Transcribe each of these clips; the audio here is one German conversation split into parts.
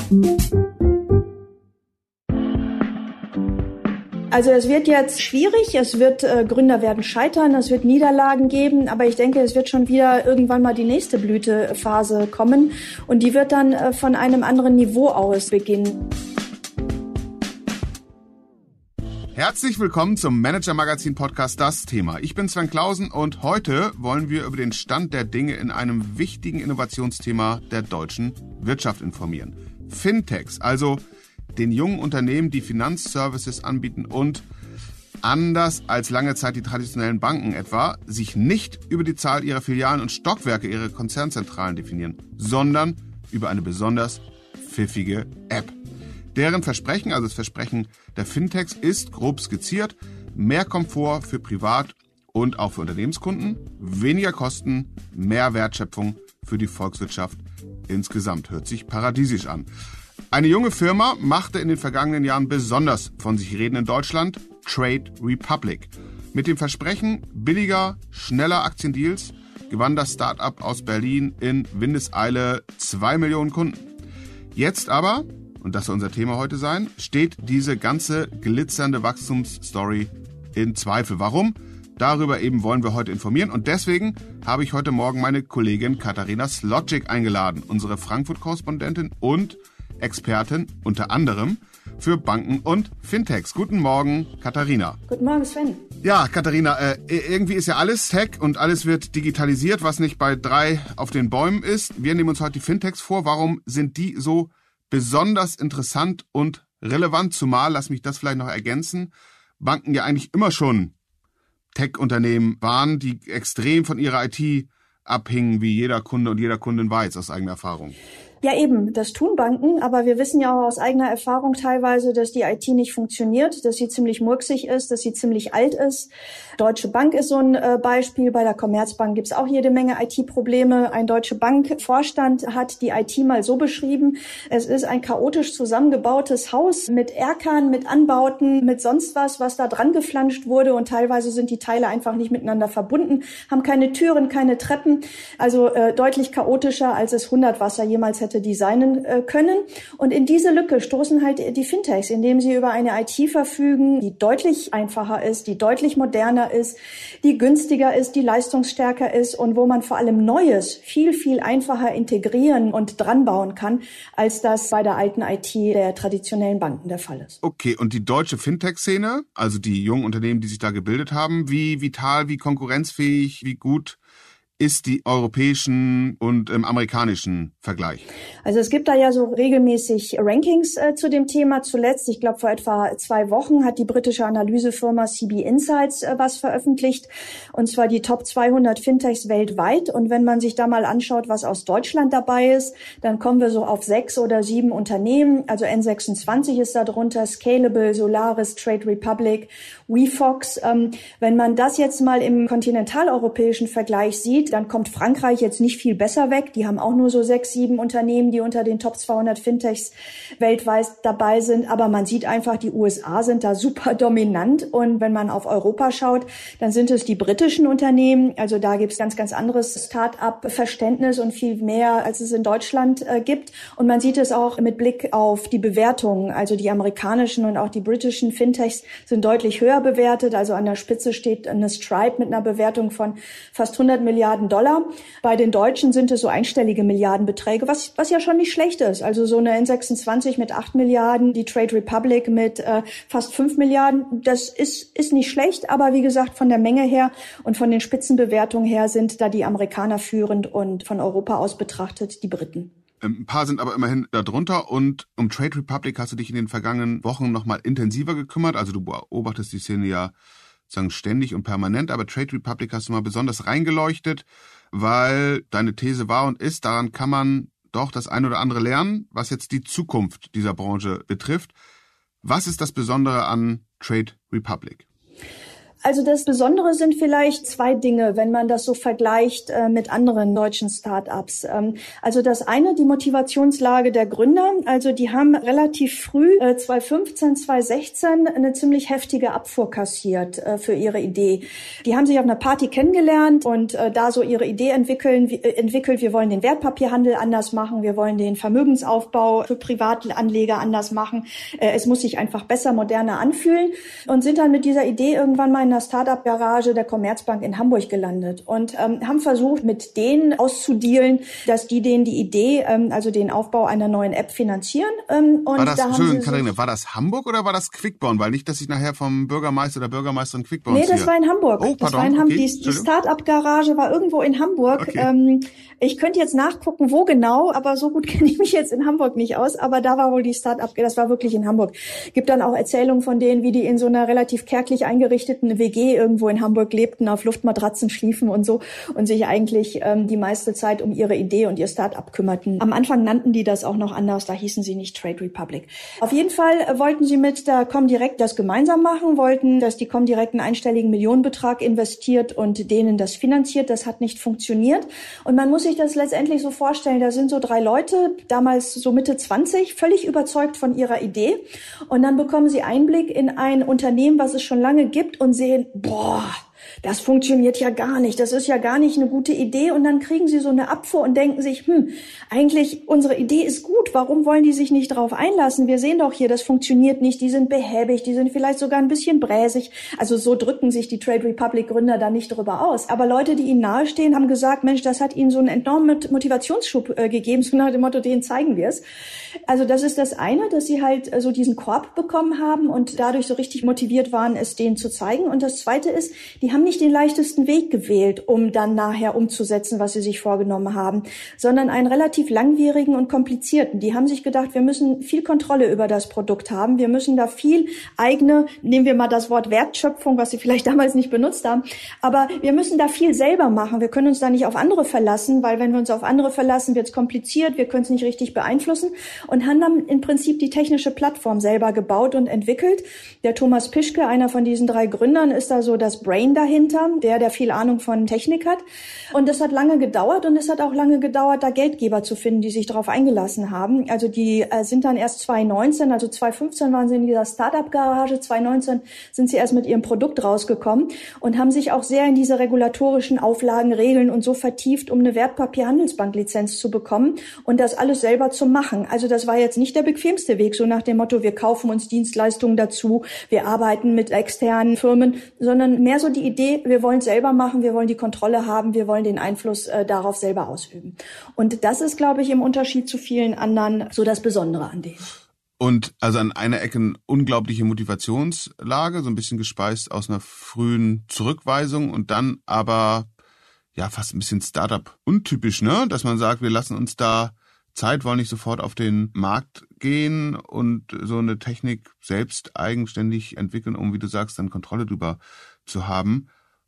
Also es wird jetzt schwierig, Gründer werden scheitern, es wird Niederlagen geben, aber ich denke, es wird schon wieder irgendwann mal die nächste Blütephase kommen und die wird dann von einem anderen Niveau aus beginnen. Herzlich willkommen zum Manager-Magazin-Podcast Das Thema. Ich bin Sven Clausen und heute wollen wir über den Stand der Dinge in einem wichtigen Innovationsthema der deutschen Wirtschaft informieren. Fintechs, also den jungen Unternehmen, die Finanzservices anbieten und, anders als lange Zeit die traditionellen Banken etwa, sich nicht über die Zahl ihrer Filialen und Stockwerke ihrer Konzernzentralen definieren, sondern über eine besonders pfiffige App. Deren Versprechen, also das Versprechen der Fintechs, ist grob skizziert: mehr Komfort für Privat- und auch für Unternehmenskunden, weniger Kosten, mehr Wertschöpfung für die Volkswirtschaft insgesamt. Hört sich paradiesisch an. Eine junge Firma machte in den vergangenen Jahren besonders von sich reden in Deutschland: Trade Republic. Mit dem Versprechen billiger, schneller Aktiendeals gewann das Start-up aus Berlin in Windeseile 2 Millionen Kunden. Jetzt aber, und das soll unser Thema heute sein, steht diese ganze glitzernde Wachstumsstory in Zweifel. Warum? Darüber eben wollen wir heute informieren und deswegen habe ich heute Morgen meine Kollegin Katharina Slotschik eingeladen, unsere Frankfurt-Korrespondentin und Expertin unter anderem für Banken und Fintechs. Guten Morgen, Katharina. Guten Morgen, Sven. Ja, Katharina, irgendwie ist ja alles Tech und alles wird digitalisiert, was nicht bei 3 auf den Bäumen ist. Wir nehmen uns heute die Fintechs vor. Warum sind die so besonders interessant und relevant? Zumal, lass mich das vielleicht noch ergänzen, Banken ja eigentlich immer schon Tech-Unternehmen waren, die extrem von ihrer IT abhingen, wie jeder Kunde und jeder Kundin weiß aus eigener Erfahrung. Ja eben, das tun Banken, aber wir wissen ja auch aus eigener Erfahrung teilweise, dass die IT nicht funktioniert, dass sie ziemlich murksig ist, dass sie ziemlich alt ist. Deutsche Bank ist so ein Beispiel, bei der Commerzbank gibt's auch jede Menge IT-Probleme. Ein Deutsche Bank-Vorstand hat die IT mal so beschrieben: Es ist ein chaotisch zusammengebautes Haus mit Erkern, mit Anbauten, mit sonst was da dran geflanscht wurde und teilweise sind die Teile einfach nicht miteinander verbunden, haben keine Türen, keine Treppen, also deutlich chaotischer, als es Hundertwasser jemals hätte designen können. Und in diese Lücke stoßen halt die Fintechs, indem sie über eine IT verfügen, die deutlich einfacher ist, die deutlich moderner ist, die günstiger ist, die leistungsstärker ist und wo man vor allem Neues viel, viel einfacher integrieren und dran bauen kann, als das bei der alten IT der traditionellen Banken der Fall ist. Okay, und die deutsche Fintech-Szene, also die jungen Unternehmen, die sich da gebildet haben, wie vital, wie konkurrenzfähig, wie gut ist die europäischen und im amerikanischen Vergleich? Also es gibt da ja so regelmäßig Rankings zu dem Thema. Zuletzt, ich glaube vor etwa 2 Wochen, hat die britische Analysefirma CB Insights was veröffentlicht, und zwar die Top 200 Fintechs weltweit. Und wenn man sich da mal anschaut, was aus Deutschland dabei ist, dann kommen wir so auf 6 oder 7 Unternehmen. Also N26 ist da drunter, Scalable, Solaris, Trade Republic, WeFox. Wenn man das jetzt mal im kontinentaleuropäischen Vergleich sieht, dann kommt Frankreich jetzt nicht viel besser weg. Die haben auch nur so 6, 7 Unternehmen, die unter den Top 200 Fintechs weltweit dabei sind. Aber man sieht einfach, die USA sind da super dominant. Und wenn man auf Europa schaut, dann sind es die britischen Unternehmen. Also da gibt es ganz, ganz anderes Start-up-Verständnis und viel mehr, als es in Deutschland gibt. Und man sieht es auch mit Blick auf die Bewertungen. Also die amerikanischen und auch die britischen Fintechs sind deutlich höher bewertet. Also an der Spitze steht eine Stripe mit einer Bewertung von fast 100 Milliarden $. Bei den Deutschen sind es so einstellige Milliardenbeträge, was ja schon nicht schlecht ist. Also so eine N26 mit 8 Milliarden, die Trade Republic mit fast 5 Milliarden, das ist nicht schlecht. Aber wie gesagt, von der Menge her und von den Spitzenbewertungen her sind da die Amerikaner führend und von Europa aus betrachtet die Briten. Ein paar sind aber immerhin da drunter und um Trade Republic hast du dich in den vergangenen Wochen nochmal intensiver gekümmert. Also du beobachtest die Szene ja sagen ständig und permanent, aber Trade Republic hast du mal besonders reingeleuchtet, weil deine These war und ist, daran kann man doch das ein oder andere lernen, was jetzt die Zukunft dieser Branche betrifft. Was ist das Besondere an Trade Republic? Also das Besondere sind vielleicht zwei Dinge, wenn man das so vergleicht mit anderen deutschen Start-ups. Also das eine, die Motivationslage der Gründer. Also die haben relativ früh, 2015, 2016, eine ziemlich heftige Abfuhr kassiert für ihre Idee. Die haben sich auf einer Party kennengelernt und da so ihre Idee entwickelt. Wir wollen den Wertpapierhandel anders machen, wir wollen den Vermögensaufbau für Privatanleger anders machen. Es muss sich einfach besser, moderner anfühlen und sind dann mit dieser Idee irgendwann mal in der Startup-Garage der Commerzbank in Hamburg gelandet und haben versucht, mit denen auszudealen, dass die denen die Idee, also den Aufbau einer neuen App finanzieren. Katharina, war das Hamburg oder war das Quickborn? Weil nicht, dass ich nachher vom Bürgermeister oder Bürgermeisterin Quickborn Nee, das war in Hamburg. Oh, pardon. Das war in Hamburg. Die Start-up-Garage war irgendwo in Hamburg. Okay. Ich könnte jetzt nachgucken, wo genau, aber so gut kenne ich mich jetzt in Hamburg nicht aus. Aber da war wohl die Start-up, das war wirklich in Hamburg. Gibt dann auch Erzählungen von denen, wie die in so einer relativ kärglich eingerichteten WG irgendwo in Hamburg lebten, auf Luftmatratzen schliefen und so und sich eigentlich die meiste Zeit um ihre Idee und ihr Start-up kümmerten. Am Anfang nannten die das auch noch anders, da hießen sie nicht Trade Republic. Auf jeden Fall wollten sie mit der Comdirect das gemeinsam machen, wollten, dass die Comdirect einen einstelligen Millionenbetrag investiert und denen das finanziert. Das hat nicht funktioniert. Und man muss sich das letztendlich so vorstellen, da sind so 3 Leute, damals so Mitte 20, völlig überzeugt von ihrer Idee. Und dann bekommen sie Einblick in ein Unternehmen, was es schon lange gibt und sehen, das funktioniert ja gar nicht, das ist ja gar nicht eine gute Idee und dann kriegen sie so eine Abfuhr und denken sich, eigentlich unsere Idee ist gut, warum wollen die sich nicht drauf einlassen? Wir sehen doch hier, das funktioniert nicht, die sind behäbig, die sind vielleicht sogar ein bisschen bräsig, also so drücken sich die Trade Republic Gründer da nicht drüber aus. Aber Leute, die ihnen nahestehen, haben gesagt, Mensch, das hat ihnen so einen enormen Motivationsschub gegeben, so nach dem Motto, denen zeigen wir es. Also das ist das eine, dass sie halt so diesen Korb bekommen haben und dadurch so richtig motiviert waren, es denen zu zeigen. Und das zweite ist, die haben nicht den leichtesten Weg gewählt, um dann nachher umzusetzen, was sie sich vorgenommen haben, sondern einen relativ langwierigen und komplizierten. Die haben sich gedacht, wir müssen viel Kontrolle über das Produkt haben, wir müssen da viel eigene, nehmen wir mal das Wort Wertschöpfung, was sie vielleicht damals nicht benutzt haben, aber wir müssen da viel selber machen. Wir können uns da nicht auf andere verlassen, weil wenn wir uns auf andere verlassen, wird es kompliziert, wir können es nicht richtig beeinflussen und haben dann im Prinzip die technische Plattform selber gebaut und entwickelt. Der Thomas Pischke, einer von diesen 3 Gründern, ist da so das Brain dahinter, der viel Ahnung von Technik hat. Und das hat lange gedauert und es hat auch lange gedauert, da Geldgeber zu finden, die sich darauf eingelassen haben. Also die sind dann erst 2019, also 2015 waren sie in dieser Startup-Garage, 2019 sind sie erst mit ihrem Produkt rausgekommen und haben sich auch sehr in diese regulatorischen Auflagen, Regeln und so vertieft, um eine Wertpapierhandelsbanklizenz zu bekommen und das alles selber zu machen. Also das war jetzt nicht der bequemste Weg, so nach dem Motto, wir kaufen uns Dienstleistungen dazu, wir arbeiten mit externen Firmen, sondern mehr so die Idee, wir wollen es selber machen, wir wollen die Kontrolle haben, wir wollen den Einfluss darauf selber ausüben. Und das ist, glaube ich, im Unterschied zu vielen anderen so das Besondere an denen. Und also an einer Ecke eine unglaubliche Motivationslage, so ein bisschen gespeist aus einer frühen Zurückweisung und dann aber ja fast ein bisschen Startup untypisch, ne? Dass man sagt, wir lassen uns da Zeit, wollen nicht sofort auf den Markt gehen und so eine Technik selbst eigenständig entwickeln, um, wie du sagst, dann Kontrolle drüber zu haben.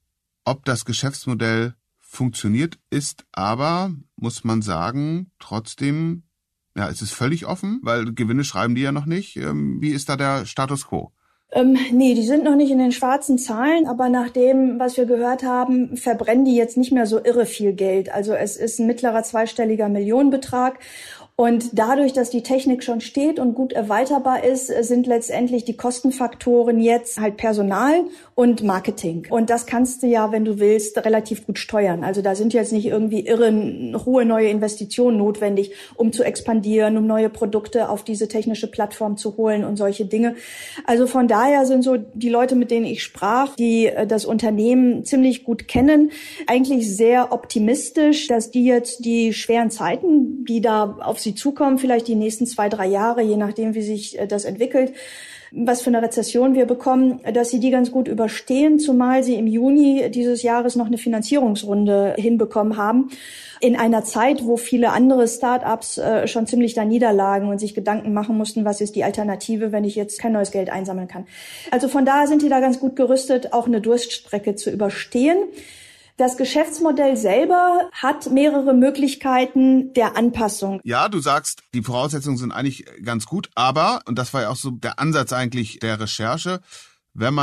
Ob das Geschäftsmodell funktioniert, ist aber, muss man sagen, trotzdem, ja, es ist völlig offen, weil Gewinne schreiben die ja noch nicht. Wie ist da der Status quo? Nee, die sind noch nicht in den schwarzen Zahlen, aber nach dem, was wir gehört haben, verbrennen die jetzt nicht mehr so irre viel Geld. Also es ist ein mittlerer zweistelliger Millionenbetrag. Und dadurch, dass die Technik schon steht und gut erweiterbar ist, sind letztendlich die Kostenfaktoren jetzt halt Personal und Marketing. Und das kannst du ja, wenn du willst, relativ gut steuern. Also da sind jetzt nicht irgendwie hohe neue Investitionen notwendig, um zu expandieren, um neue Produkte auf diese technische Plattform zu holen und solche Dinge. Also von daher sind so die Leute, mit denen ich sprach, die das Unternehmen ziemlich gut kennen, eigentlich sehr optimistisch, dass die jetzt die schweren Zeiten, die da auf sie zukommen, vielleicht die nächsten 2-3 Jahre, je nachdem, wie sich das entwickelt, was für eine Rezession wir bekommen, dass sie die ganz gut überstehen, zumal sie im Juni dieses Jahres noch eine Finanzierungsrunde hinbekommen haben. In einer Zeit, wo viele andere Start-ups schon ziemlich da niederlagen und sich Gedanken machen mussten, was ist die Alternative, wenn ich jetzt kein neues Geld einsammeln kann. Also von daher sind die da ganz gut gerüstet, auch eine Durststrecke zu überstehen. Das Geschäftsmodell selber hat mehrere Möglichkeiten der Anpassung. Ja, du sagst, die Voraussetzungen sind eigentlich ganz gut, aber, und das war ja auch so der Ansatz eigentlich der Recherche, wenn man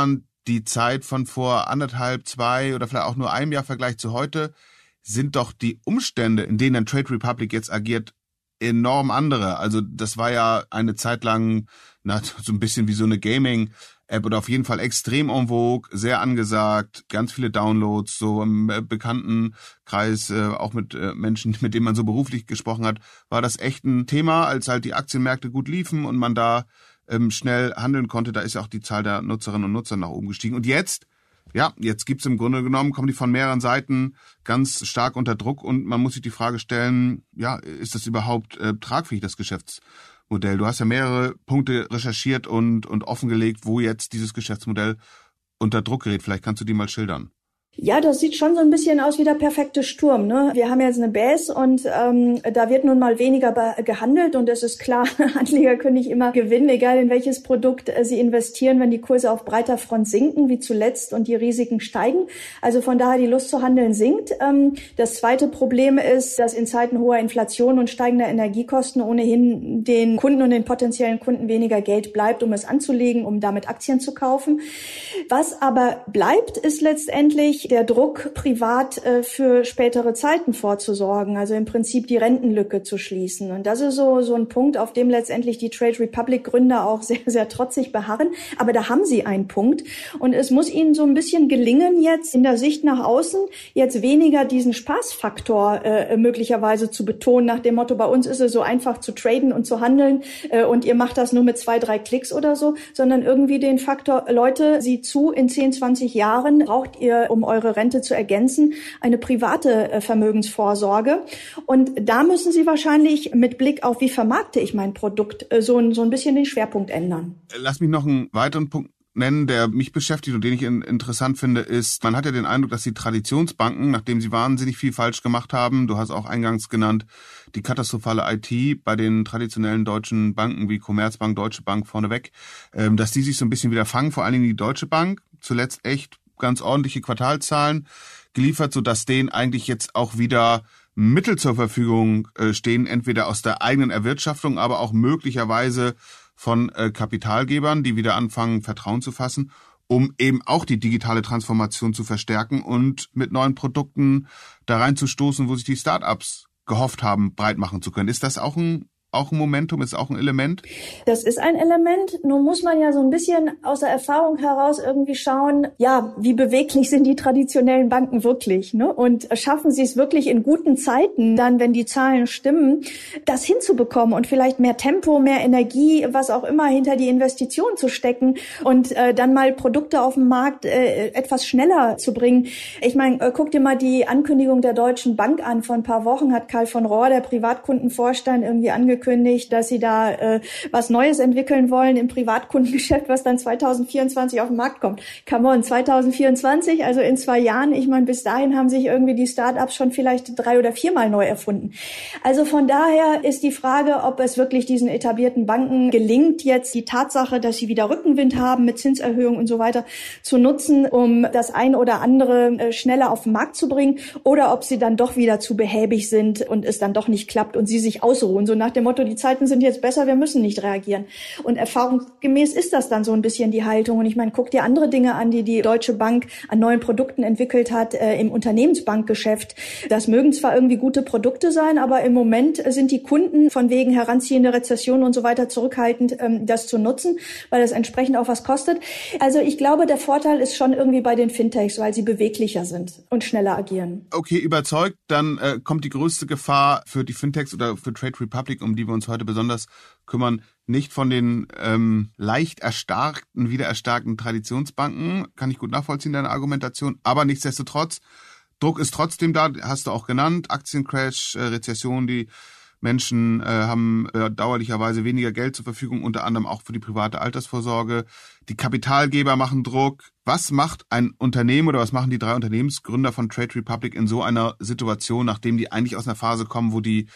die Zeit von vor 1,5, 2 oder vielleicht auch nur einem Jahr Vergleich zu heute, sind doch die Umstände, in denen dann Trade Republic jetzt agiert, enorm andere. Also das war ja eine Zeit lang so ein bisschen wie so eine Gaming-App oder auf jeden Fall extrem en vogue, sehr angesagt, ganz viele Downloads, so im Bekanntenkreis, auch mit Menschen, mit denen man so beruflich gesprochen hat, war das echt ein Thema, als halt die Aktienmärkte gut liefen und man da schnell handeln konnte. Da ist ja auch die Zahl der Nutzerinnen und Nutzer nach oben gestiegen. Und jetzt gibt's im Grunde genommen, kommen die von mehreren Seiten ganz stark unter Druck und man muss sich die Frage stellen, ist das überhaupt tragfähig, das Geschäftsmodell? Du hast ja mehrere Punkte recherchiert und offengelegt, wo jetzt dieses Geschäftsmodell unter Druck gerät. Vielleicht kannst du die mal schildern. Ja, das sieht schon so ein bisschen aus wie der perfekte Sturm, ne? Wir haben jetzt eine Base und da wird nun mal weniger gehandelt und es ist klar, Anleger können nicht immer gewinnen, egal in welches Produkt sie investieren, wenn die Kurse auf breiter Front sinken, wie zuletzt, und die Risiken steigen. Also von daher die Lust zu handeln sinkt. Das zweite Problem ist, dass in Zeiten hoher Inflation und steigender Energiekosten ohnehin den Kunden und den potenziellen Kunden weniger Geld bleibt, um es anzulegen, um damit Aktien zu kaufen. Was aber bleibt, ist letztendlich der Druck, privat für spätere Zeiten vorzusorgen, also im Prinzip die Rentenlücke zu schließen. Und das ist so ein Punkt, auf dem letztendlich die Trade Republic Gründer auch sehr, sehr trotzig beharren. Aber da haben sie einen Punkt. Und es muss ihnen so ein bisschen gelingen, jetzt in der Sicht nach außen jetzt weniger diesen Spaßfaktor möglicherweise zu betonen, nach dem Motto, bei uns ist es so einfach zu traden und zu handeln und ihr macht das nur mit 2, 3 Klicks oder so, sondern irgendwie den Faktor, Leute, seht zu, in 10, 20 Jahren braucht ihr, um eure Rente zu ergänzen, eine private Vermögensvorsorge. Und da müssen Sie wahrscheinlich mit Blick auf, wie vermarkte ich mein Produkt, so ein bisschen den Schwerpunkt ändern. Lass mich noch einen weiteren Punkt nennen, der mich beschäftigt und den ich interessant finde, ist, man hat ja den Eindruck, dass die Traditionsbanken, nachdem sie wahnsinnig viel falsch gemacht haben, du hast auch eingangs genannt, die katastrophale IT bei den traditionellen deutschen Banken wie Commerzbank, Deutsche Bank vorneweg, dass die sich so ein bisschen wieder fangen, vor allen Dingen die Deutsche Bank, zuletzt echt ganz ordentliche Quartalzahlen geliefert, sodass denen eigentlich jetzt auch wieder Mittel zur Verfügung stehen, entweder aus der eigenen Erwirtschaftung, aber auch möglicherweise von Kapitalgebern, die wieder anfangen, Vertrauen zu fassen, um eben auch die digitale Transformation zu verstärken und mit neuen Produkten da reinzustoßen, wo sich die Startups gehofft haben, breit machen zu können. Ist das auch ein Momentum, ist auch ein Element? Das ist ein Element. Nun muss man ja so ein bisschen aus der Erfahrung heraus irgendwie schauen, wie beweglich sind die traditionellen Banken wirklich, ne? Und schaffen sie es wirklich in guten Zeiten, dann, wenn die Zahlen stimmen, das hinzubekommen und vielleicht mehr Tempo, mehr Energie, was auch immer, hinter die Investition zu stecken und dann mal Produkte auf den Markt etwas schneller zu bringen. Ich meine, guck dir mal die Ankündigung der Deutschen Bank an. Vor ein paar Wochen hat Karl von Rohr, der Privatkundenvorstand, irgendwie angekündigt, dass sie da was Neues entwickeln wollen im Privatkundengeschäft, was dann 2024 auf den Markt kommt. Come on, 2024, also in 2 Jahren. Ich meine, bis dahin haben sich irgendwie die Startups schon vielleicht 3 oder 4 Mal neu erfunden. Also von daher ist die Frage, ob es wirklich diesen etablierten Banken gelingt, jetzt die Tatsache, dass sie wieder Rückenwind haben mit Zinserhöhungen und so weiter, zu nutzen, um das ein oder andere schneller auf den Markt zu bringen, oder ob sie dann doch wieder zu behäbig sind und es dann doch nicht klappt und sie sich ausruhen, so nach dem Motto, die Zeiten sind jetzt besser, wir müssen nicht reagieren. Und erfahrungsgemäß ist das dann so ein bisschen die Haltung. Und ich meine, guck dir andere Dinge an, die Deutsche Bank an neuen Produkten entwickelt hat im Unternehmensbankgeschäft. Das mögen zwar irgendwie gute Produkte sein, aber im Moment sind die Kunden von wegen heranziehender Rezession und so weiter zurückhaltend, das zu nutzen, weil das entsprechend auch was kostet. Also ich glaube, der Vorteil ist schon irgendwie bei den Fintechs, weil sie beweglicher sind und schneller agieren. Okay, überzeugt. Dann kommt die größte Gefahr für die Fintechs oder für Trade Republic, um die wir uns heute besonders kümmern, nicht von den leicht wieder erstarkten Traditionsbanken. Kann ich gut nachvollziehen, deine Argumentation. Aber nichtsdestotrotz, Druck ist trotzdem da, hast du auch genannt. Aktiencrash, Rezession, die Menschen haben dauerlicherweise weniger Geld zur Verfügung, unter anderem auch für die private Altersvorsorge. Die Kapitalgeber machen Druck. Was macht ein Unternehmen oder was machen die 3 Unternehmensgründer von Trade Republic in so einer Situation, nachdem die eigentlich aus einer Phase kommen, wo die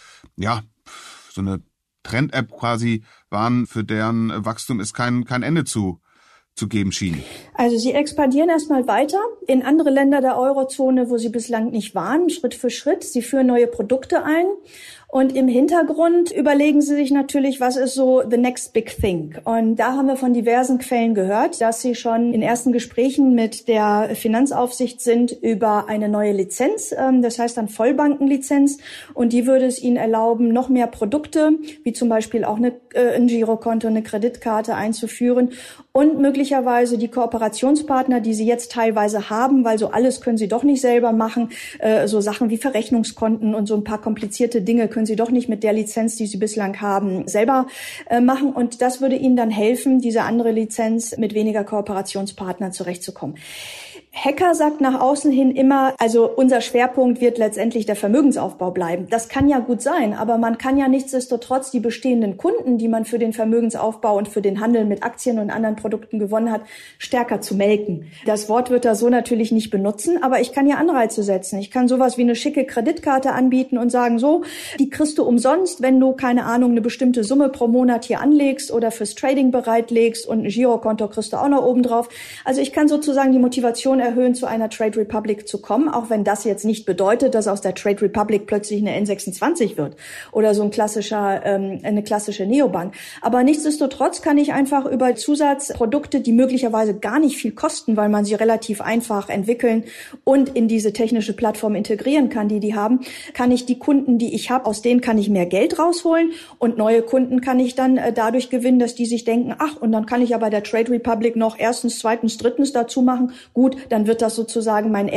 so eine Trend-App quasi waren, für deren Wachstum es kein Ende zu geben schien? Also sie expandieren erstmal weiter in andere Länder der Eurozone, wo sie bislang nicht waren, Schritt für Schritt. Sie führen neue Produkte ein Und im Hintergrund überlegen sie sich natürlich, was ist so the next big thing? Und da haben wir von diversen Quellen gehört, dass sie schon in ersten Gesprächen mit der Finanzaufsicht sind über eine neue Lizenz, das heißt dann Vollbankenlizenz. Und die würde es ihnen erlauben, noch mehr Produkte, wie zum Beispiel auch ein Girokonto, eine Kreditkarte einzuführen und möglicherweise die Kooperationspartner, die sie jetzt teilweise haben, weil so alles können sie doch nicht selber machen, so Sachen wie Verrechnungskonten und so ein paar komplizierte Dinge können sie doch nicht mit der Lizenz, die sie bislang haben, selber machen. Und das würde ihnen dann helfen, diese andere Lizenz mit weniger Kooperationspartnern zurechtzukommen. Hacker sagt nach außen hin immer, also unser Schwerpunkt wird letztendlich der Vermögensaufbau bleiben. Das kann ja gut sein, aber man kann ja nichtsdestotrotz die bestehenden Kunden, die man für den Vermögensaufbau und für den Handel mit Aktien und anderen Produkten gewonnen hat, stärker zu melken. Das Wort wird er so natürlich nicht benutzen, aber ich kann ja Anreize setzen. Ich kann sowas wie eine schicke Kreditkarte anbieten und sagen, so, die kriegst du umsonst, wenn du, keine Ahnung, eine bestimmte Summe pro Monat hier anlegst oder fürs Trading bereitlegst und ein Girokonto kriegst du auch noch oben drauf. Also ich kann sozusagen die Motivation erhöhen, zu einer Trade Republic zu kommen, auch wenn das jetzt nicht bedeutet, dass aus der Trade Republic plötzlich eine N26 wird oder so eine klassische Neobank. Aber nichtsdestotrotz kann ich einfach über Zusatzprodukte, die möglicherweise gar nicht viel kosten, weil man sie relativ einfach entwickeln und in diese technische Plattform integrieren kann, die haben, kann ich die Kunden, die ich habe, aus denen kann ich mehr Geld rausholen und neue Kunden kann ich dann dadurch gewinnen, dass die sich denken, ach, und dann kann ich ja bei der Trade Republic noch erstens, zweitens, drittens dazu machen. Gut, dann wird das sozusagen meine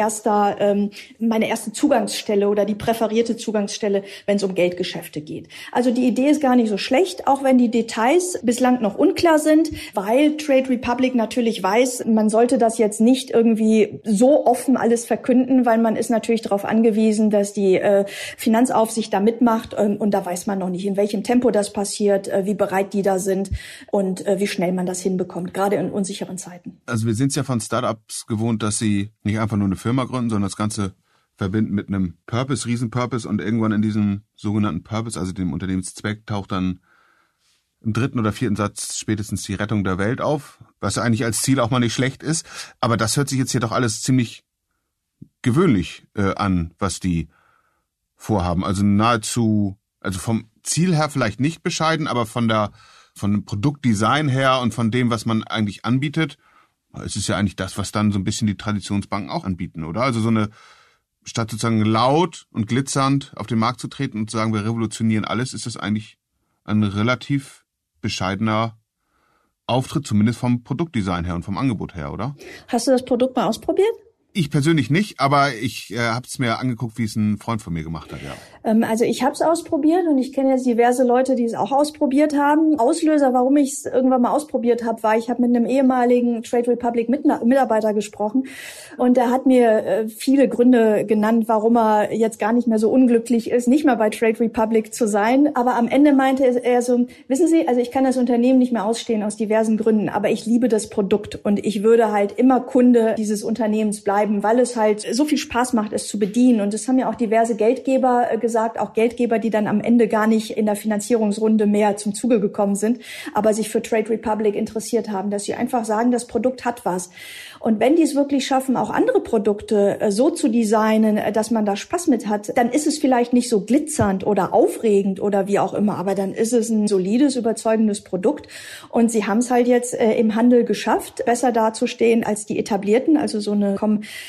erste Zugangsstelle oder die präferierte Zugangsstelle, wenn es um Geldgeschäfte geht. Also die Idee ist gar nicht so schlecht, auch wenn die Details bislang noch unklar sind, weil Trade Republic natürlich weiß, man sollte das jetzt nicht irgendwie so offen alles verkünden, weil man ist natürlich darauf angewiesen, dass die Finanzaufsicht da mitmacht und da weiß man noch nicht, in welchem Tempo das passiert, wie bereit die da sind und wie schnell man das hinbekommt, gerade in unsicheren Zeiten. Also wir sind es ja von Startups gewohnt, dass sie nicht einfach nur eine Firma gründen, sondern das Ganze verbinden mit einem Purpose, Riesenpurpose und irgendwann in diesem sogenannten Purpose, also dem Unternehmenszweck, taucht dann im 3. oder 4. Satz spätestens die Rettung der Welt auf, was eigentlich als Ziel auch mal nicht schlecht ist. Aber das hört sich jetzt hier doch alles ziemlich gewöhnlich an, was die vorhaben. Also nahezu, also vom Ziel her vielleicht nicht bescheiden, aber von dem Produktdesign her und von dem, was man eigentlich anbietet, es ist ja eigentlich das, was dann so ein bisschen die Traditionsbanken auch anbieten, oder? Also statt sozusagen laut und glitzernd auf den Markt zu treten und zu sagen, wir revolutionieren alles, ist das eigentlich ein relativ bescheidener Auftritt, zumindest vom Produktdesign her und vom Angebot her, oder? Hast du das Produkt mal ausprobiert? Ich persönlich nicht, aber ich habe es mir angeguckt, wie es ein Freund von mir gemacht hat, ja. Also ich habe es ausprobiert und ich kenne jetzt diverse Leute, die es auch ausprobiert haben. Auslöser, warum ich es irgendwann mal ausprobiert habe, war, ich habe mit einem ehemaligen Trade Republic Mitarbeiter gesprochen und der hat mir viele Gründe genannt, warum er jetzt gar nicht mehr so unglücklich ist, nicht mehr bei Trade Republic zu sein. Aber am Ende meinte er so, wissen Sie, also ich kann das Unternehmen nicht mehr ausstehen aus diversen Gründen, aber ich liebe das Produkt und ich würde halt immer Kunde dieses Unternehmens bleiben, weil es halt so viel Spaß macht, es zu bedienen. Und das haben ja auch diverse Geldgeber gesagt, auch Geldgeber, die dann am Ende gar nicht in der Finanzierungsrunde mehr zum Zuge gekommen sind, aber sich für Trade Republic interessiert haben, dass sie einfach sagen, das Produkt hat was. Und wenn die es wirklich schaffen, auch andere Produkte so zu designen, dass man da Spaß mit hat, dann ist es vielleicht nicht so glitzernd oder aufregend oder wie auch immer, aber dann ist es ein solides, überzeugendes Produkt. Und sie haben es halt jetzt im Handel geschafft, besser dazustehen als die etablierten. Also so eine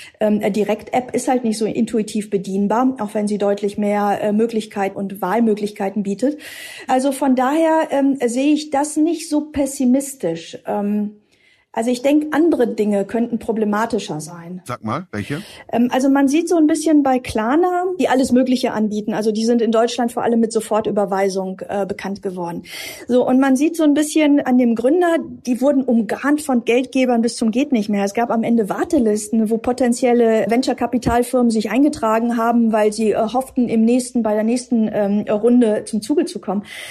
Direct-App ist halt nicht so intuitiv bedienbar, auch wenn sie deutlich mehr Möglichkeiten und Wahlmöglichkeiten bietet. Also von daher sehe ich das nicht so pessimistisch. Also ich denke, andere Dinge könnten problematischer sein. Sag mal, welche? Also man sieht so ein bisschen bei Klarna, die alles Mögliche anbieten. Also die sind in Deutschland vor allem mit Sofortüberweisung bekannt geworden. So, und man sieht so ein bisschen an dem Gründer, die wurden umgarnt von Geldgebern bis zum geht nicht mehr. Es gab am Ende Wartelisten, wo potenzielle Venture-Kapitalfirmen sich eingetragen haben, weil sie hofften, bei der nächsten Runde zum Zuge zu kommen.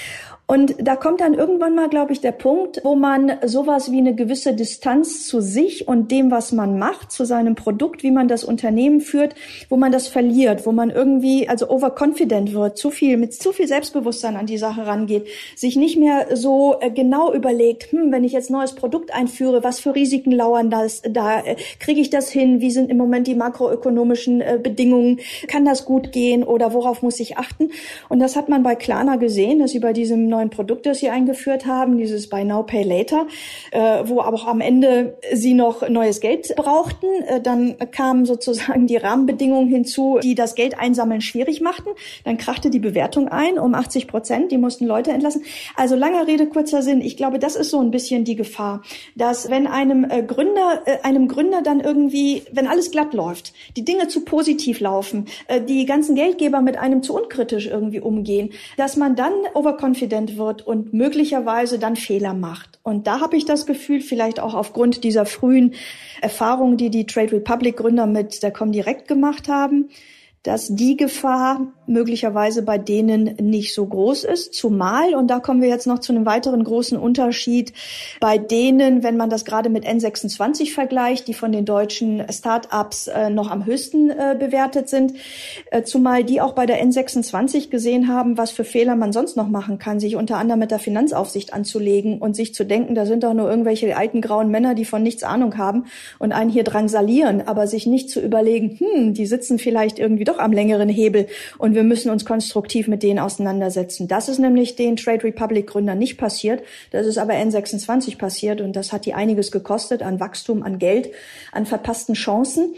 Und da kommt dann irgendwann mal, glaube ich, der Punkt, wo man sowas wie eine gewisse Distanz zu sich und dem, was man macht, zu seinem Produkt, wie man das Unternehmen führt, wo man das verliert, wo man irgendwie also overconfident wird, mit zu viel Selbstbewusstsein an die Sache rangeht, sich nicht mehr so genau überlegt, wenn ich jetzt neues Produkt einführe, was für Risiken lauern da kriege ich das hin, wie sind im Moment die makroökonomischen Bedingungen, kann das gut gehen oder worauf muss ich achten? Und das hat man bei Klarna gesehen, dass sie bei diesem neuen Produkt, das sie eingeführt haben, dieses Buy Now, Pay Later, wo aber auch am Ende sie noch neues Geld brauchten. Dann kamen sozusagen die Rahmenbedingungen hinzu, die das Geld einsammeln schwierig machten. Dann krachte die Bewertung ein um 80%. Die mussten Leute entlassen. Also langer Rede, kurzer Sinn. Ich glaube, das ist so ein bisschen die Gefahr, dass wenn einem Gründer dann irgendwie, wenn alles glatt läuft, die Dinge zu positiv laufen, die ganzen Geldgeber mit einem zu unkritisch irgendwie umgehen, dass man dann overconfident wird und möglicherweise dann Fehler macht. Und da habe ich das Gefühl, vielleicht auch aufgrund dieser frühen Erfahrungen, die Trade Republic Gründer mit der Comdirect gemacht haben, dass die Gefahr möglicherweise bei denen nicht so groß ist. Zumal, und da kommen wir jetzt noch zu einem weiteren großen Unterschied, bei denen, wenn man das gerade mit N26 vergleicht, die von den deutschen Start-ups noch am höchsten bewertet sind, zumal die auch bei der N26 gesehen haben, was für Fehler man sonst noch machen kann, sich unter anderem mit der Finanzaufsicht anzulegen und sich zu denken, da sind doch nur irgendwelche alten grauen Männer, die von nichts Ahnung haben und einen hier drangsalieren, aber sich nicht zu überlegen, die sitzen vielleicht irgendwie doch am längeren Hebel und wir müssen uns konstruktiv mit denen auseinandersetzen. Das ist nämlich den Trade Republic Gründern nicht passiert. Das ist aber N26 passiert und das hat die einiges gekostet an Wachstum, an Geld, an verpassten Chancen.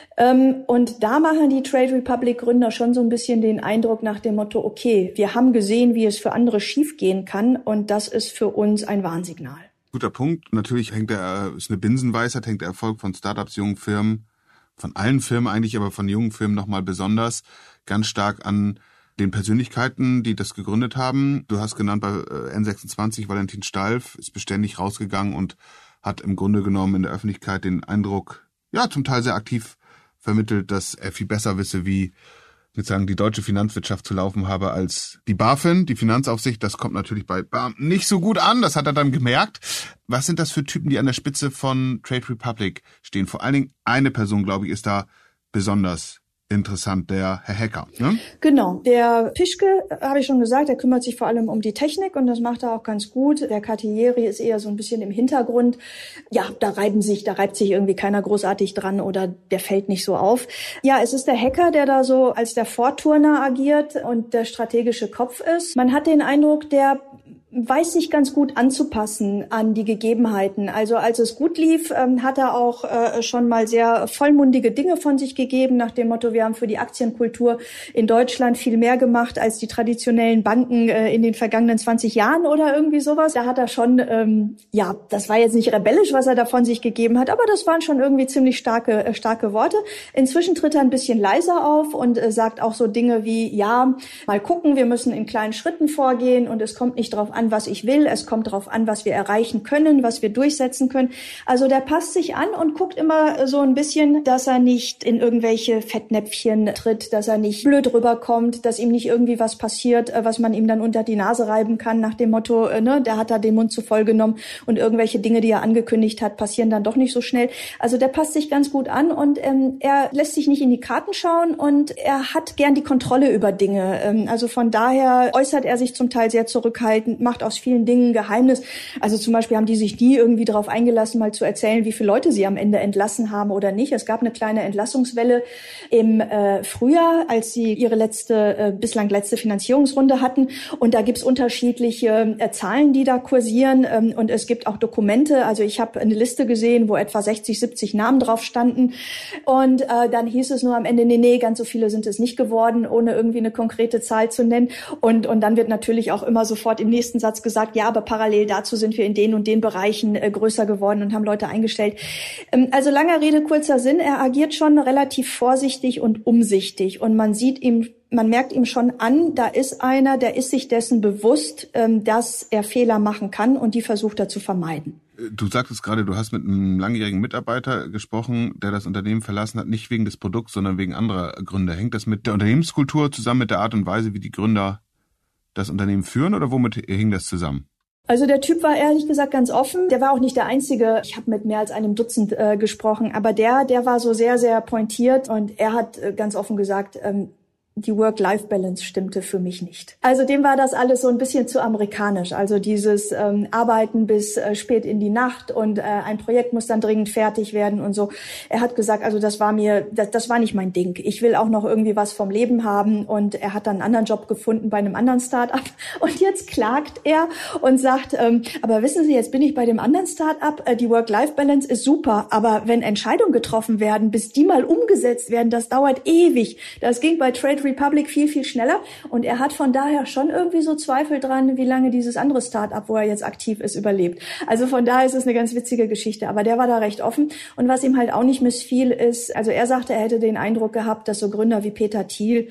Und da machen die Trade Republic Gründer schon so ein bisschen den Eindruck nach dem Motto, okay, wir haben gesehen, wie es für andere schiefgehen kann und das ist für uns ein Warnsignal. Guter Punkt. Natürlich ist eine Binsenweisheit, hängt der Erfolg von Startups, jungen Firmen, von allen Firmen eigentlich, aber von jungen Firmen nochmal besonders, ganz stark an den Persönlichkeiten, die das gegründet haben. Du hast genannt bei N26, Valentin Stalf ist beständig rausgegangen und hat im Grunde genommen in der Öffentlichkeit den Eindruck, ja, zum Teil sehr aktiv vermittelt, dass er viel besser wisse, wie sozusagen die deutsche Finanzwirtschaft zu laufen habe als die BaFin, die Finanzaufsicht. Das kommt natürlich bei Beamten nicht so gut an, das hat er dann gemerkt. Was sind das für Typen, die an der Spitze von Trade Republic stehen? Vor allen Dingen eine Person, glaube ich, ist da besonders interessant, der Herr Hecker. Ne? Genau, der Pischke, habe ich schon gesagt, der kümmert sich vor allem um die Technik und das macht er auch ganz gut. Der Cartieri ist eher so ein bisschen im Hintergrund. Ja, da reibt sich irgendwie keiner großartig dran oder der fällt nicht so auf. Ja, es ist der Hecker, der da so als der Vorturner agiert und der strategische Kopf ist. Man hat den Eindruck, der weiß sich ganz gut anzupassen an die Gegebenheiten. Also als es gut lief, hat er auch schon mal sehr vollmundige Dinge von sich gegeben, nach dem Motto, wir haben für die Aktienkultur in Deutschland viel mehr gemacht als die traditionellen Banken in den vergangenen 20 Jahren oder irgendwie sowas. Da hat er schon, das war jetzt nicht rebellisch, was er da von sich gegeben hat, aber das waren schon irgendwie ziemlich starke Worte. Inzwischen tritt er ein bisschen leiser auf und sagt auch so Dinge wie, ja, mal gucken, wir müssen in kleinen Schritten vorgehen und es kommt nicht drauf an, was ich will. Es kommt darauf an, was wir erreichen können, was wir durchsetzen können. Also der passt sich an und guckt immer so ein bisschen, dass er nicht in irgendwelche Fettnäpfchen tritt, dass er nicht blöd rüberkommt, dass ihm nicht irgendwie was passiert, was man ihm dann unter die Nase reiben kann, nach dem Motto, der hat da den Mund zu voll genommen und irgendwelche Dinge, die er angekündigt hat, passieren dann doch nicht so schnell. Also der passt sich ganz gut an und er lässt sich nicht in die Karten schauen und er hat gern die Kontrolle über Dinge. Also von daher äußert er sich zum Teil sehr zurückhaltend, macht aus vielen Dingen Geheimnis. Also zum Beispiel haben die sich nie irgendwie darauf eingelassen, mal zu erzählen, wie viele Leute sie am Ende entlassen haben oder nicht. Es gab eine kleine Entlassungswelle im Frühjahr, als sie ihre bislang letzte Finanzierungsrunde hatten. Und da gibt's unterschiedliche Zahlen, die da kursieren. Und es gibt auch Dokumente. Also ich habe eine Liste gesehen, wo etwa 60, 70 Namen drauf standen. Und dann hieß es nur am Ende, nee, ganz so viele sind es nicht geworden, ohne irgendwie eine konkrete Zahl zu nennen. Und dann wird natürlich auch immer sofort im nächsten Satz gesagt, ja, aber parallel dazu sind wir in den und den Bereichen größer geworden und haben Leute eingestellt. Also langer Rede, kurzer Sinn, er agiert schon relativ vorsichtig und umsichtig und man merkt ihm schon an, da ist einer, der ist sich dessen bewusst, dass er Fehler machen kann und die versucht er zu vermeiden. Du sagtest gerade, du hast mit einem langjährigen Mitarbeiter gesprochen, der das Unternehmen verlassen hat, nicht wegen des Produkts, sondern wegen anderer Gründe. Hängt das mit der Unternehmenskultur zusammen, mit der Art und Weise, wie die Gründer das Unternehmen führen oder womit hing das zusammen? Also der Typ war ehrlich gesagt ganz offen. Der war auch nicht der Einzige. Ich habe mit mehr als einem Dutzend gesprochen. Aber der war so sehr, sehr pointiert. Und er hat ganz offen gesagt, die Work-Life-Balance stimmte für mich nicht. Also dem war das alles so ein bisschen zu amerikanisch. Also dieses Arbeiten bis spät in die Nacht und ein Projekt muss dann dringend fertig werden und so. Er hat gesagt, also das war nicht mein Ding. Ich will auch noch irgendwie was vom Leben haben. Und er hat dann einen anderen Job gefunden bei einem anderen Start-up. Und jetzt klagt er und sagt, aber wissen Sie, jetzt bin ich bei dem anderen Start-up. Die Work-Life-Balance ist super. Aber wenn Entscheidungen getroffen werden, bis die mal umgesetzt werden, das dauert ewig. Das ging bei Trade Republic viel, viel schneller. Und er hat von daher schon irgendwie so Zweifel dran, wie lange dieses andere Start-up, wo er jetzt aktiv ist, überlebt. Also von daher ist es eine ganz witzige Geschichte. Aber der war da recht offen. Und was ihm halt auch nicht missfiel ist, also er sagte, er hätte den Eindruck gehabt, dass so Gründer wie Peter Thiel,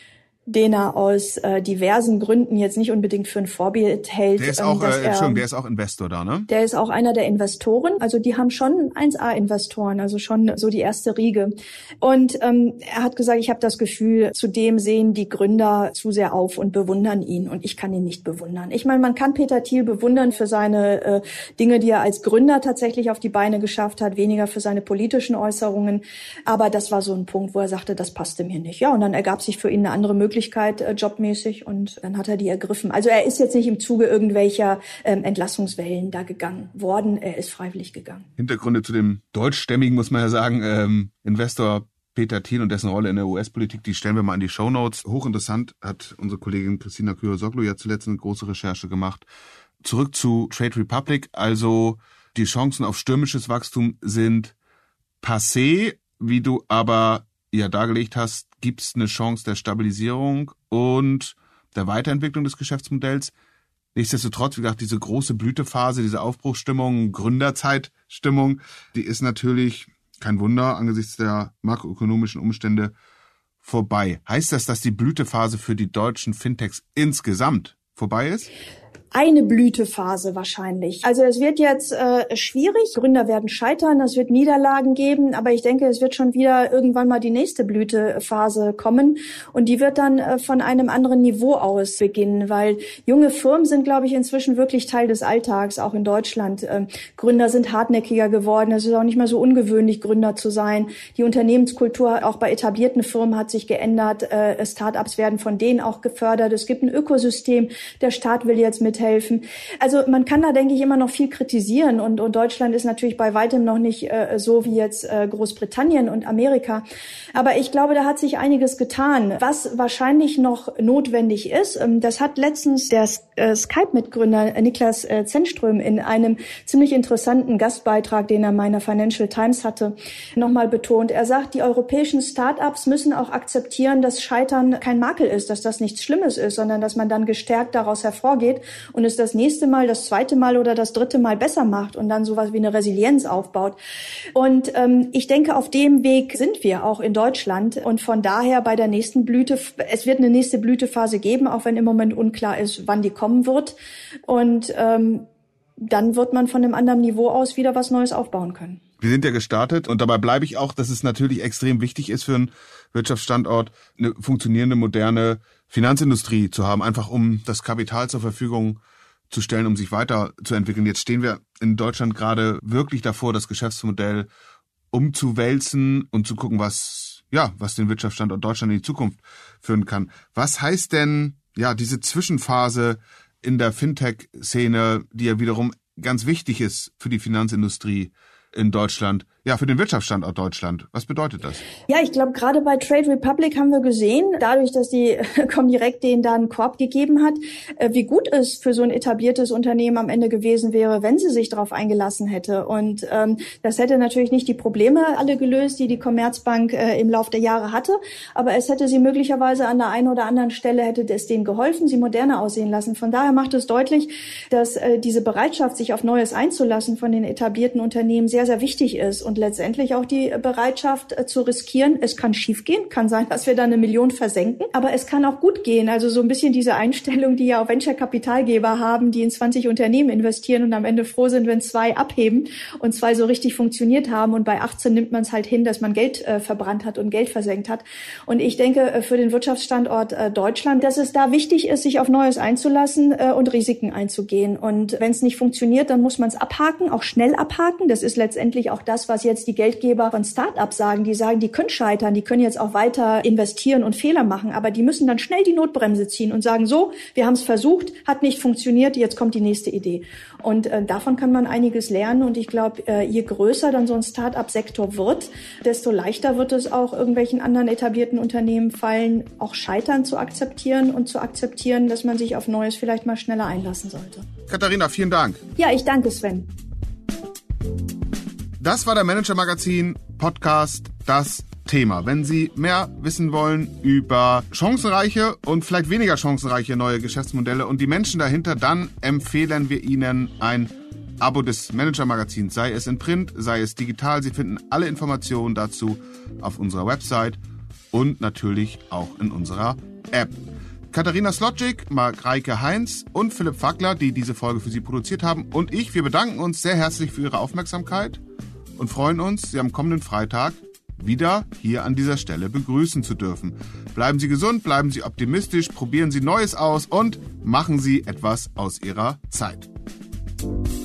den er aus diversen Gründen jetzt nicht unbedingt für ein Vorbild hält. Der ist auch, der ist auch Investor da, ne? Der ist auch einer der Investoren. Also die haben schon 1A-Investoren, also schon so die erste Riege. Und er hat gesagt, ich habe das Gefühl, zudem sehen die Gründer zu sehr auf und bewundern ihn. Und ich kann ihn nicht bewundern. Ich meine, man kann Peter Thiel bewundern für seine Dinge, die er als Gründer tatsächlich auf die Beine geschafft hat, weniger für seine politischen Äußerungen. Aber das war so ein Punkt, wo er sagte, das passte mir nicht. Ja, und dann ergab sich für ihn eine andere Möglichkeit, jobmäßig, und dann hat er die ergriffen. Also er ist jetzt nicht im Zuge irgendwelcher Entlassungswellen da gegangen worden, er ist freiwillig gegangen. Hintergründe zu dem deutschstämmigen, muss man ja sagen, Investor Peter Thiel und dessen Rolle in der US-Politik, die stellen wir mal in die Shownotes. Hochinteressant, hat unsere Kollegin Christina Kyriosoglu ja zuletzt eine große Recherche gemacht. Zurück zu Trade Republic, also die Chancen auf stürmisches Wachstum sind passé, wie du aber ja dargelegt hast, gibt es eine Chance der Stabilisierung und der Weiterentwicklung des Geschäftsmodells. Nichtsdestotrotz, wie gesagt, diese große Blütephase, diese Aufbruchsstimmung, Gründerzeitstimmung, die ist natürlich, kein Wunder, angesichts der makroökonomischen Umstände vorbei. Heißt das, dass die Blütephase für die deutschen Fintechs insgesamt vorbei ist? Eine Blütephase wahrscheinlich. Also es wird jetzt schwierig. Gründer werden scheitern, es wird Niederlagen geben, aber ich denke, es wird schon wieder irgendwann mal die nächste Blütephase kommen und die wird dann von einem anderen Niveau aus beginnen, weil junge Firmen sind, glaube ich, inzwischen wirklich Teil des Alltags, auch in Deutschland. Gründer sind hartnäckiger geworden, es ist auch nicht mehr so ungewöhnlich, Gründer zu sein. Die Unternehmenskultur auch bei etablierten Firmen hat sich geändert, Start-ups werden von denen auch gefördert, es gibt ein Ökosystem, der Staat will jetzt mithelfen. Also man kann da, denke ich, immer noch viel kritisieren und Deutschland ist natürlich bei weitem noch nicht so wie jetzt Großbritannien und Amerika. Aber ich glaube, da hat sich einiges getan. Was wahrscheinlich noch notwendig ist, das hat letztens der Skype-Mitgründer Niklas Zennström in einem ziemlich interessanten Gastbeitrag, den er meiner Financial Times hatte, nochmal betont. Er sagt, die europäischen Start-ups müssen auch akzeptieren, dass Scheitern kein Makel ist, dass das nichts Schlimmes ist, sondern dass man dann gestärkt daraus hervorgeht und es das nächste Mal, das zweite Mal oder das dritte Mal besser macht und dann sowas wie eine Resilienz aufbaut. Und ich denke, auf dem Weg sind wir auch in Deutschland und von daher bei der nächsten es wird eine nächste Blütephase geben, auch wenn im Moment unklar ist, wann die kommen wird. Und dann wird man von einem anderen Niveau aus wieder was Neues aufbauen können. Wir sind ja gestartet und dabei bleibe ich auch, dass es natürlich extrem wichtig ist für einen Wirtschaftsstandort, eine funktionierende, moderne Finanzindustrie zu haben, einfach um das Kapital zur Verfügung zu stellen, um sich weiterzuentwickeln. Jetzt stehen wir in Deutschland gerade wirklich davor, das Geschäftsmodell umzuwälzen und zu gucken, was den Wirtschaftsstandort Deutschland in die Zukunft führen kann. Was heißt denn diese Zwischenphase in der Fintech-Szene, die ja wiederum ganz wichtig ist für die Finanzindustrie in Deutschland, für den Wirtschaftsstandort Deutschland? Was bedeutet das? Ja, ich glaube, gerade bei Trade Republic haben wir gesehen, dadurch, dass die Comdirect denen da einen Korb gegeben hat, wie gut es für so ein etabliertes Unternehmen am Ende gewesen wäre, wenn sie sich darauf eingelassen hätte. Und das hätte natürlich nicht die Probleme alle gelöst, die Commerzbank im Laufe der Jahre hatte, aber es hätte sie möglicherweise an der einen oder anderen Stelle, hätte es denen geholfen, sie moderner aussehen lassen. Von daher macht es deutlich, dass diese Bereitschaft, sich auf Neues einzulassen von den etablierten Unternehmen sehr, sehr wichtig ist. und letztendlich auch die Bereitschaft zu riskieren. Es kann schiefgehen, kann sein, dass wir da 1 Million versenken, aber es kann auch gut gehen. Also so ein bisschen diese Einstellung, die ja auch Venture-Kapitalgeber haben, die in 20 Unternehmen investieren und am Ende froh sind, wenn 2 abheben und 2 so richtig funktioniert haben. Und bei 18 nimmt man es halt hin, dass man Geld verbrannt hat und Geld versenkt hat. Und ich denke, für den Wirtschaftsstandort Deutschland, dass es da wichtig ist, sich auf Neues einzulassen und Risiken einzugehen. Und wenn es nicht funktioniert, dann muss man es abhaken, auch schnell abhaken. Das ist letztendlich auch das, was jetzt die Geldgeber von Start-ups sagen. Die sagen, die können scheitern, die können jetzt auch weiter investieren und Fehler machen, aber die müssen dann schnell die Notbremse ziehen und sagen, so, wir haben es versucht, hat nicht funktioniert, jetzt kommt die nächste Idee. Und davon kann man einiges lernen. Und ich glaube, je größer dann so ein Start-up-Sektor wird, desto leichter wird es auch irgendwelchen anderen etablierten Unternehmen fallen, auch Scheitern zu akzeptieren und zu akzeptieren, dass man sich auf Neues vielleicht mal schneller einlassen sollte. Katharina, vielen Dank. Ja, ich danke, Sven. Das war der Manager Magazin Podcast Das Thema. Wenn Sie mehr wissen wollen über chancenreiche und vielleicht weniger chancenreiche neue Geschäftsmodelle und die Menschen dahinter, dann empfehlen wir Ihnen ein Abo des Manager Magazins, sei es in Print, sei es digital. Sie finden alle Informationen dazu auf unserer Website und natürlich auch in unserer App. Katharina Slotschik, Mareike Heinz und Philipp Fackler, die diese Folge für Sie produziert haben, und ich, wir bedanken uns sehr herzlich für Ihre Aufmerksamkeit und freuen uns, Sie am kommenden Freitag wieder hier an dieser Stelle begrüßen zu dürfen. Bleiben Sie gesund, bleiben Sie optimistisch, probieren Sie Neues aus und machen Sie etwas aus Ihrer Zeit.